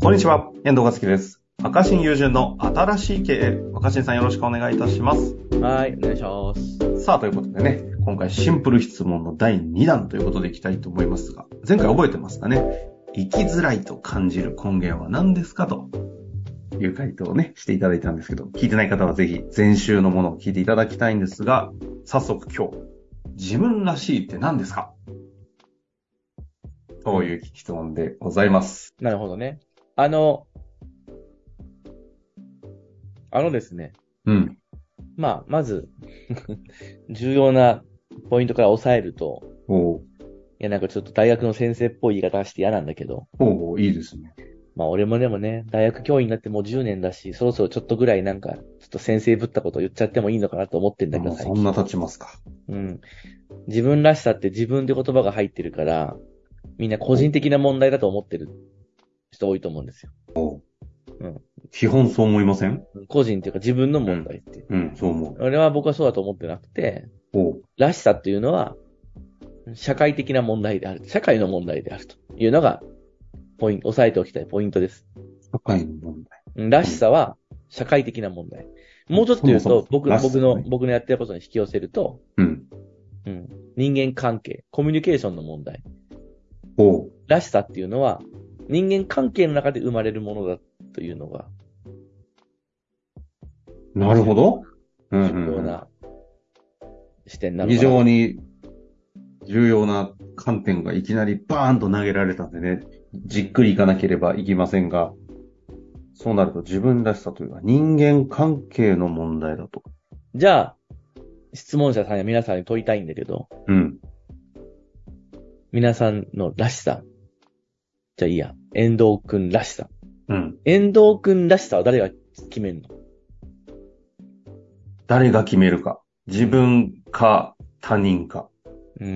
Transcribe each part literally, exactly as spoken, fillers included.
こんにちは、遠藤和樹です。若新友人の新しい経営。若新さんよろしくお願いいたします。 はい、お願いします。 さあ、ということでね、今回シンプル質問のだいにだんということでいきたいと思いますが、前回覚えてますかね。生きづらいと感じる根源は何ですかという回答をね、していただいたんですけど、聞いてない方はぜひ前週のものを聞いていただきたいんですが、早速今日、自分らしいって何ですかという質問でございます。 なるほどね。あの、あのですね。 うん。 まあ、まず、重要なポイントから押さえると、 おう。 いや、なんかちょっと大学の先生っぽい言い方して嫌なんだけど、 おう、いいですね。 まあ俺もでもね、大学教員になってもうじゅうねんだし、そろそろちょっとぐらいなんか、ちょっと先生ぶったことを言っちゃってもいいのかなと思ってんだけど、 もうそんな経ちますか。 うん。自分らしさって自分で言葉が入ってるから、みんな個人的な問題だと思ってる人多いと思うんですよ。 おう。 うん。 基本そう思いません？ 個人っていうか自分の問題っていう。 うん、うん、そう思う。 俺は僕はそうだと思ってなくて、 おう。 らしさっていうのは、社会的な問題である。社会の問題であるというのが、ポイント、押さえておきたいポイントです。 社会の問題。 らしさは、社会的な問題。もうちょっと言うと、僕、 らしさね僕の、僕のやってることに引き寄せると、 うん。 うん。人間関係、コミュニケーションの問題。 おう。 らしさっていうのは、人間関係の中で生まれるものだというのが、 なるほど。うんうん重うん、 要な視点なのかな。 非常に重要な観点がいきなりバーンと投げられたんでね、じっくりいかなければいけませんが、そうなると自分らしさというのは人間関係の問題だと。 じゃあ、質問者さんや皆さんに問いたいんだけど、 うん。 皆さんのらしさ。じゃあいいや。遠藤くんらしさ。 うん。 遠藤くんらしさは誰が決めるの？ 誰が決めるか。自分か他人か。 うん。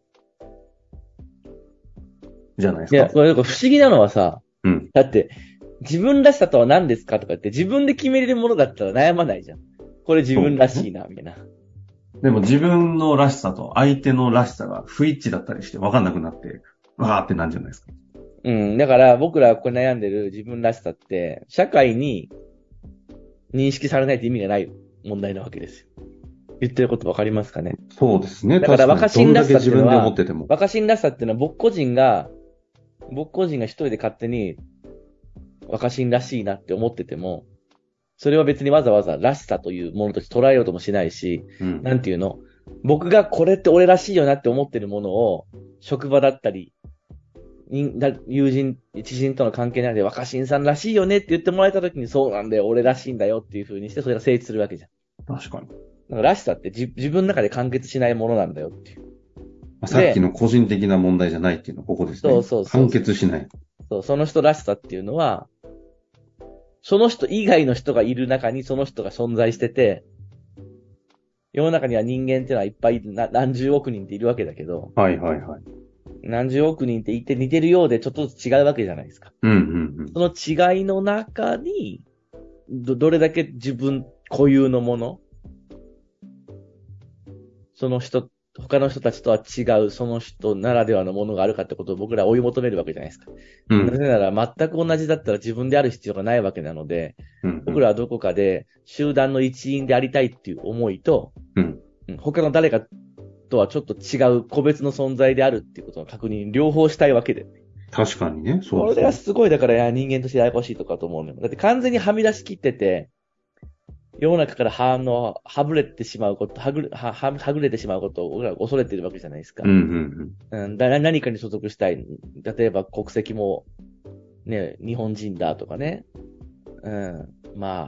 じゃないですか。 いや、これ不思議なのはさ、 うん。 だって、自分らしさとは何ですかとかって自分で決めれるものだったら悩まないじゃん。これ自分らしいな、みたいな。 でも自分のらしさと相手のらしさが不一致だったりして分かんなくなって、わーってなんじゃないですか。 うん。だから僕らこれ悩んでる自分らしさって、社会に認識されないと意味がない問題なわけですよ。言ってること分かりますかね？ そうですね。 だから若新らしさっていうのは、若新らしさっていうのは僕個人が、僕個人が一人で勝手に若新らしいなって思ってても、それは別にわざわざらしさというものとして捉えようともしないし、 うん、 なんていうの？僕がこれって俺らしいよなって思ってるものを、職場だったり、友人、知人との関係内で若新さんらしいよねって言ってもらえたときにそうなんだよ、俺らしいんだよっていう風にして、それが成立するわけじゃん。 確かに。 だかららしさって自, 自分の中で完結しないものなんだよっていう。 さっきの個人的な問題じゃないっていうのはここですね。 そうそうそう。 完結しない。 そう、その人らしさっていうのは、その人以外の人がいる中にその人が存在してて、世の中には人間っていうのはいっぱいな何十億人っているわけだけど、 はいはいはい。 何十億人っていて似てるようでちょっとずつ違うわけじゃないですか。 うんうんうん。 その違いの中に、ど、どれだけ自分固有のもの、その人、他の人たちとは違う、その人ならではのものがあるかってことを僕らは追い求めるわけじゃないですか。うん、なぜなら全く同じだったら自分である必要がないわけなので、うんうん、僕らはどこかで集団の一員でありたいっていう思いと、うん、他の誰かとはちょっと違う個別の存在であるっていうことの確認、両方したいわけで。 確かにね。そうですね。 これがすごいだからや人間としてややこしいとかと思うのよ。だって完全にはみ出しきってて、世の中からはの、はぶれてしまうこと、はぐれ、は、は、はぐれてしまうことを俺ら恐れてるわけじゃないですか。 うんうんうん。 うん、だ何かに所属したい。例えば国籍も、ね、日本人だとかね。うん、まあ、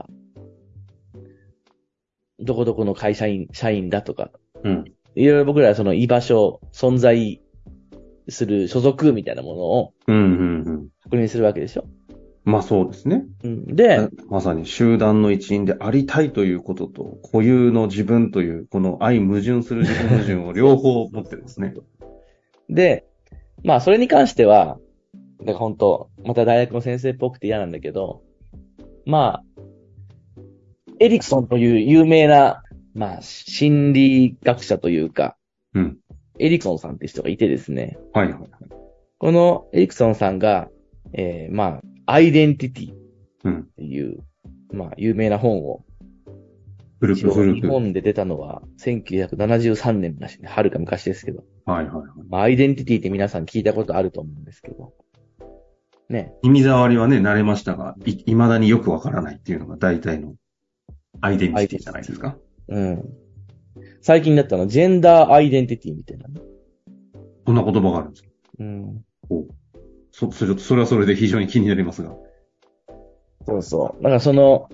どこどこの会社員、社員だとか。 うん。 いろいろ僕らはその居場所、存在する所属みたいなものを、 うんうんうん。 確認するわけでしょ。 まあそうですね。 うん、で、 まさに集団の一員でありたいということと、固有の自分という、この相矛盾する自分矛盾を両方持ってますね。 で、まあそれに関しては、だから本当、また大学の先生っぽくて嫌なんだけど、まあ、エリクソンという有名な、まあ、心理学者というか、 うん。 エリクソンさんって人がいてですね。 はいはいはい。 このエリクソンさんが、えー、まあ、 アイデンティティっていう、うん、まあ、有名な本を、 グループグループ。 日本で出たのはせんきゅうひゃくななじゅうさんねんらしいね。はるか昔ですけど。 はいはいはい。 まあ、アイデンティティって皆さん聞いたことあると思うんですけど。ね。 意味触りはね、慣れましたが、い、未だによくわからないっていうのが大体のアイデンティティじゃないですか。 うん。最近だったの、ジェンダーアイデンティティみたいなね。 こんな言葉があるんですか？ うん。 おそ、それ、それはそれで非常に気になりますが。 そうそう。だからその、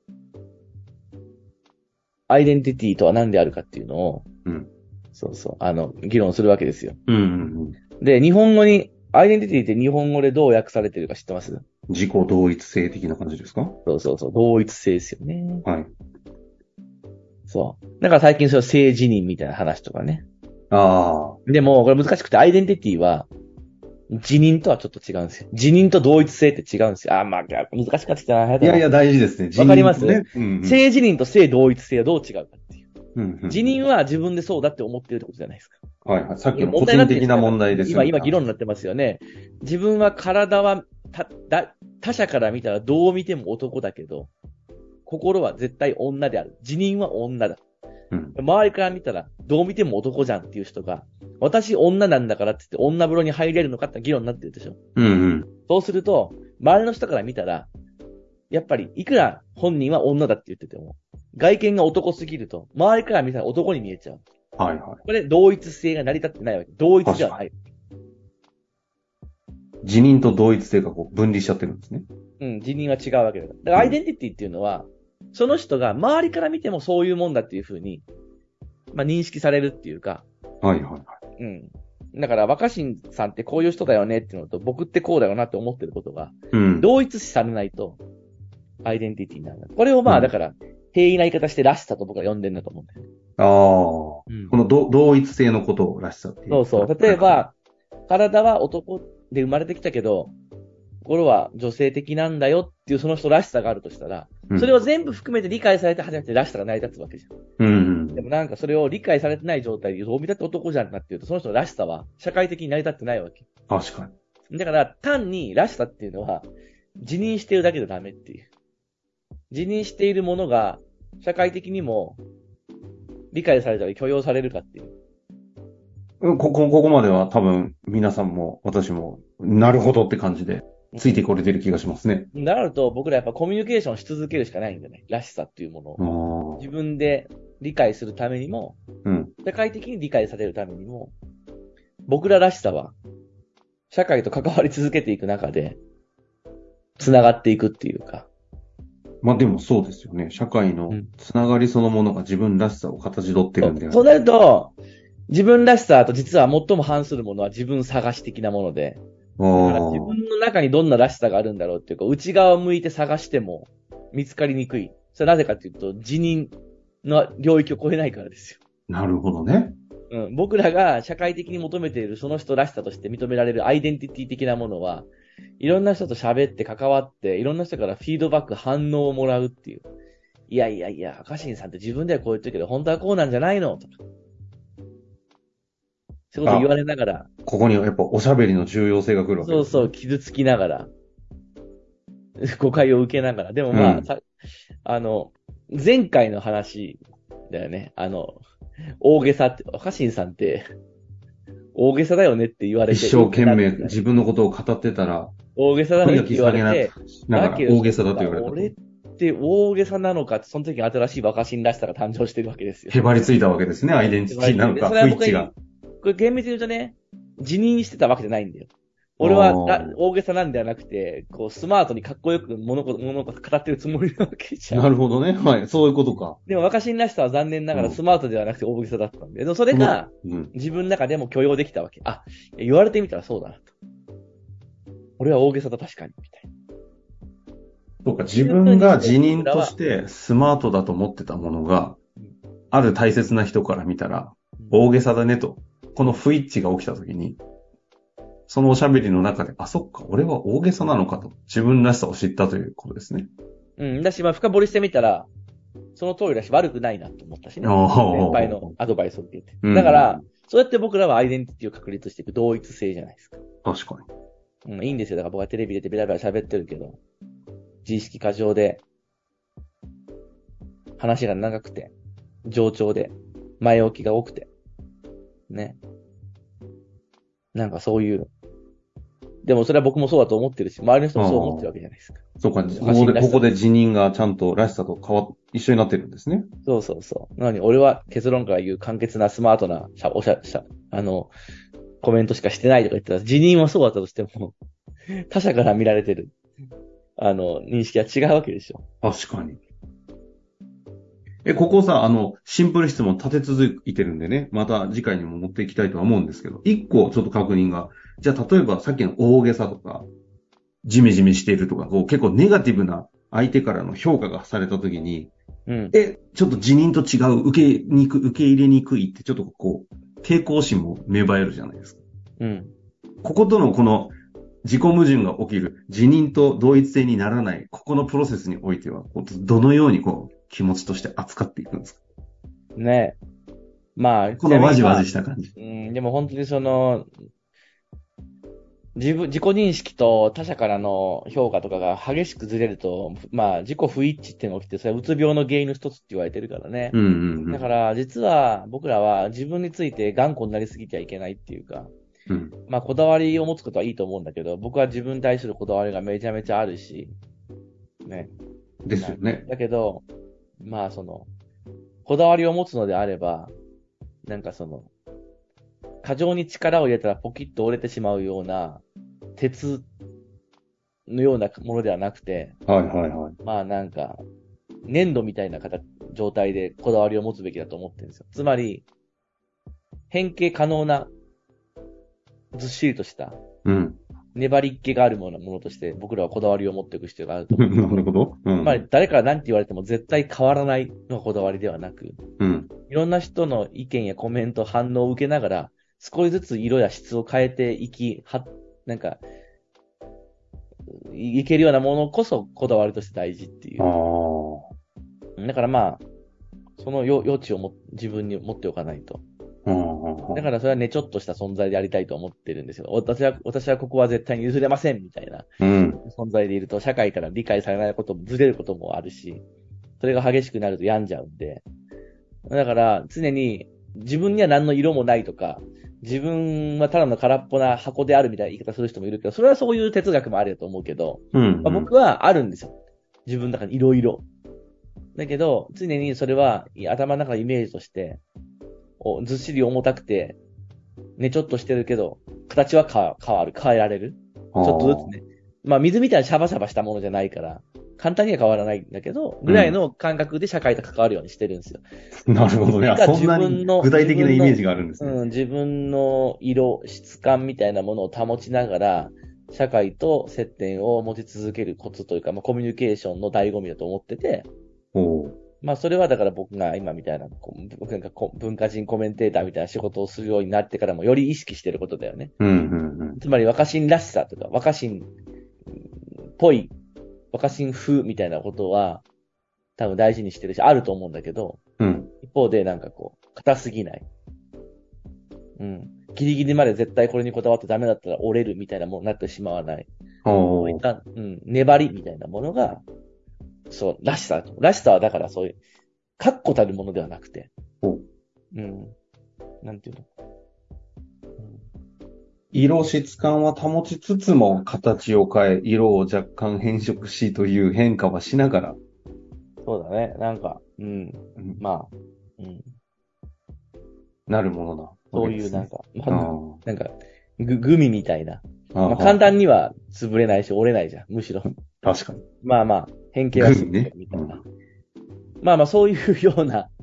アイデンティティとは何であるかっていうのを、 うん。 そうそう、あの、議論するわけですよ。 うんうんうん。 で、日本語に、アイデンティティって日本語でどう訳されてるか知ってます？ 自己同一性的な感じですか？ そうそうそう、同一性ですよね。 はい。 そう。だから最近その性自認みたいな話とかね。 ああ。 でも、これ難しくて、アイデンティティは、自認とはちょっと違うんですよ。自認と同一性って違うんですよ。あー、まあ、難しかったな。 いやいや、大事ですね。 わかります、 ね、うんうん、 性自認と性同一性はどう違うかっていう。 うんうんうん、 自認は自分でそうだって思ってるってことじゃないですか。 はいはい。さっきの個人的な問題ですよね。今、今議論になってますよね。自分は体はただ他者から見たらどう見ても男だけど、心は絶対女である。自認は女だ。うん、周りから見たらどう見ても男じゃんっていう人が、私女なんだからって言って女風呂に入れるのかって議論になってるでしょ。 うんうん。 そうすると、周りの人から見たら、やっぱりいくら本人は女だって言ってても、外見が男すぎると、周りから見たら男に見えちゃう。 はいはい。 これ同一性が成り立ってないわけ。同一ではない。 自認と同一性がこう分離しちゃってるんですね。 うん、自認は違うわけだから。だからアイデンティティっていうのは、うん、その人が周りから見てもそういうもんだっていう風に、まあ認識されるっていうか。 はいはいはい。 うん。だから若新さんってこういう人だよねっていうのと、僕ってこうだよなって思ってることが、うん、同一視されないと、アイデンティティになる。これをまあ、だから、平易な言い方してらしさと僕は呼んでるんだと思うんだよね。 ああ、うん。このど同一性のことをらしさっていう。 そうそう。例えば、体は男で生まれてきたけど、心は女性的なんだよっていうその人らしさがあるとしたら、うん、それを全部含めて理解されて初めてらしさが成り立つわけじゃん。うんうん、でもなんかそれを理解されてない状態でどう見たって男じゃんなっていうと、その人のらしさは社会的に成り立ってないわけ。 確かに。だから単にらしさっていうのは自認してるだけでダメっていう。自認しているものが社会的にも理解されたり許容されるかっていう。 ここ、ここまでは多分皆さんも私もなるほどって感じでついてこれてる気がしますね。 なると僕らやっぱコミュニケーションし続けるしかないんだよね。らしさっていうものを。自分で理解するためにも、うん、社会的に理解されるためにも、僕ららしさは社会と関わり続けていく中で繋がっていくっていうか。 まあでもそうですよね。社会のつながりそのものが自分らしさを形取ってるんである。 そうなると、自分らしさと実は最も反するものは自分探し的なもので、だから自分の中にどんならしさがあるんだろうっていうか、内側を向いて探しても見つかりにくい。それはなぜかというと、自認の領域を超えないからですよ。 なるほどね。 うん、僕らが社会的に求めているその人らしさとして認められるアイデンティティ的なものは、いろんな人と喋って関わって、いろんな人からフィードバック、反応をもらうっていう。いやいやいや、赤新さんって自分ではこう言ってるけど、本当はこうなんじゃないのとか。そういうこと言われながら。 ここにはやっぱおしゃべりの重要性が来るわけです、ね。 そうそう、傷つきながら。誤解を受けながら。でもまあ、うん、あの、前回の話だよね。あの、大げさって、赤新さんって、大げさだよねって言われて。 一生懸命自分のことを語ってたら、 大げさだよねって言われて。 だけど大げさだと言われた。 俺って大げさなのかって、その時に新しい若新らしさが誕生してるわけですよ。 へばりついたわけですね、アイデンティティなのか、不一致が。 これ厳密に言うとね、自認してたわけじゃないんだよ。俺は大げさなんではなくて、こうスマートにかっこよく物事、物事語ってるつもりなわけじゃん。 なるほどね。はい。そういうことか。 でも若新らしさは残念ながらスマートではなくて大げさだったんで。でもそれが、自分の中でも許容できたわけ。あ、言われてみたらそうだなと。俺は大げさだ確かに、みたいな。 そうか、自分が自認としてスマートだと思ってたものが、ある大切な人から見たら、大げさだねと。この不一致が起きたときに、そのおしゃべりの中で、あ、そっか、俺は大げさなのかと、自分らしさを知ったということですね。 うん、だし、まあ、深掘りしてみたら、その通りだし、悪くないなと思ったしね。先輩のアドバイスを受けて。だから、うん、そうやって僕らはアイデンティティを確立していく同一性じゃないですか。 確かに。 うん、いいんですよ。だから僕はテレビ出てベラベラ喋ってるけど、自意識過剰で、話が長くて、冗長で、前置きが多くて、ね。なんかそういう。でもそれは僕もそうだと思ってるし、周りの人もそう思ってるわけじゃないですか。 そうか、ここで、ここで辞任がちゃんとらしさと変わっ、一緒になってるんですね。 そうそうそう。なのに俺は結論から言う簡潔なスマートな、しゃ、おしゃ、しゃ、あの、コメントしかしてないとか言ってたら、辞任はそうだったとしても、他者から見られてる、あの、認識は違うわけでしょ。 確かに。え、ここさ、あの、シンプル質問立て続いてるんでね、また次回にも持っていきたいとは思うんですけど、一個ちょっと確認が、じゃあ例えばさっきの大げさとか、ジメジメしているとか、こう結構ネガティブな相手からの評価がされたときに、うん、え、ちょっと辞任と違う、受けにく、受け入れにくいってちょっとこう、抵抗心も芽生えるじゃないですか。うん。こことのこの自己矛盾が起きる、辞任と同一性にならない、ここのプロセスにおいては、どのようにこう、気持ちとして扱っていくんですかねえ。まあ、 このワジワジした感じ。 うん、でも本当にその、自分、自己認識と他者からの評価とかが激しくずれると、まあ、自己不一致っていうのが起きて、それはうつ病の原因の一つって言われてるからね。うんうんうん、だから、実は僕らは自分について頑固になりすぎちゃいけないっていうか、うん、まあ、こだわりを持つことはいいと思うんだけど、僕は自分に対するこだわりがめちゃめちゃあるし、ね。 ですよね。 だけど、まあ、その、こだわりを持つのであれば、なんかその、過剰に力を入れたらポキッと折れてしまうような、鉄のようなものではなくて、 はいはいはい。 まあなんか、粘土みたいな形、状態でこだわりを持つべきだと思ってるんですよ。つまり、変形可能な、ずっしりとした、うん。粘りっ気があるものものとして僕らはこだわりを持っていく必要があると思う。 なるほど。 うん、まあ誰から何て言われても絶対変わらないのがこだわりではなく、うん、いろんな人の意見やコメント、反応を受けながら、少しずつ色や質を変えていき、は、なんか、いけるようなものこそこだわりとして大事っていう。あだからまあ、その余地をも自分に持っておかないと。だからそれはね、ちょっとした存在でありたいと思ってるんですよ。私は、私はここは絶対に譲れませんみたいな存在でいると、社会から理解されないこともずれることもあるし、それが激しくなると病んじゃうんで。だから常に自分には何の色もないとか、自分はただの空っぽな箱であるみたいな言い方する人もいるけど、それはそういう哲学もあると思うけど、うんうんまあ、僕はあるんですよ。自分の中にいろいろ。だけど、常にそれは頭の中のイメージとして、ずっしり重たくて、ね、ちょっとしてるけど、形は変わる、変えられる。ちょっとずつね。まあ水みたいなシャバシャバしたものじゃないから、簡単には変わらないんだけど、ぐらいの感覚で社会と関わるようにしてるんですよ。 うん、なるほどね。そんなに具体的なイメージがあるんですね。 うん、自分の色、質感みたいなものを保ちながら、社会と接点を持ち続けるコツというか、まあ、コミュニケーションの醍醐味だと思ってて、おまあそれはだから僕が今みたいな、僕なんか文化人コメンテーターみたいな仕事をするようになってからもより意識してることだよね。うんうんうん、つまり若新らしさとか、若新っぽい、若新風みたいなことは多分大事にしてるし、あると思うんだけど、うん、一方でなんかこう、硬すぎない。うん。ギリギリまで絶対これにこだわってダメだったら折れるみたいなものになってしまわない。そういった、うん、粘りみたいなものが、そう、らしさ。らしさはだからそういう、確固たるものではなくて。うん。なんていうの、 うん、色質感は保ちつつも形を変え、色を若干変色しという変化はしながら。 そうだね。なんか、うん。うん、まあ、うん。 なるものだ。 そういうなんか、まあ、なんか、グ、グミみたいな。まあ、簡単には潰れないし折れないじゃん。むしろ。 確かに。 まあまあ、変形はするみたいな、ねうん。まあまあ、そういうような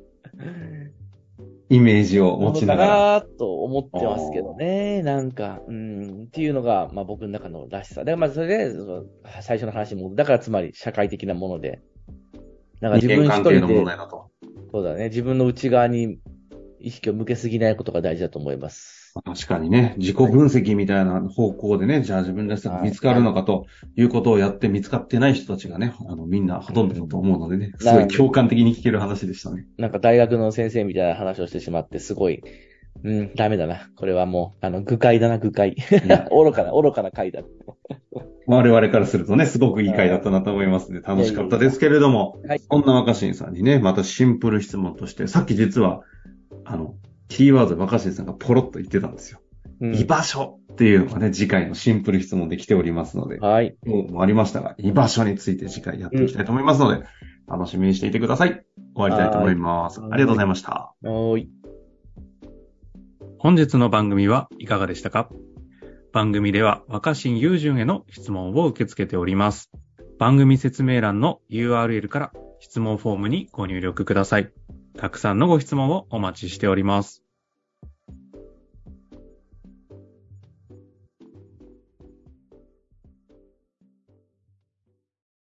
イメージを持ちながら。 かなと思ってますけどね。なんか、うん、っていうのが、まあ僕の中のらしさ。で、まあそれで、最初の話も、だからつまり社会的なもので。 なんか自分一人で、 そうだね。自分の内側に意識を向けすぎないことが大事だと思います。 確かにね、自己分析みたいな方向でね、はい、じゃあ自分らしさが見つかるのかということをやって見つかってない人たちがね、あのみんなほとんどだと思うのでね、すごい共感的に聞ける話でしたね。 なんか大学の先生みたいな話をしてしまって、すごい、 うん、ダメだな。これはもう、あの、愚解だな、愚解。愚かな、愚かな回だ。 我々からするとね、すごくいい回だったなと思いますので、楽しかったですけれども、はい、そんな若新さんにね、またシンプル質問として、さっき実は、あの、キーワードで若新さんがポロッと言ってたんですよ。うん、居場所っていうのがね、次回のシンプル質問で来ておりますので、はい。もうありましたが、居場所について次回やっていきたいと思いますので、うん、楽しみにしていてください。終わりたいと思います。ありがとうございました。 はい。 本日の番組はいかがでしたか？番組では若新雄純への質問を受け付けております。番組説明欄の ユーアールエル から質問フォームにご入力ください。たくさんのご質問をお待ちしております。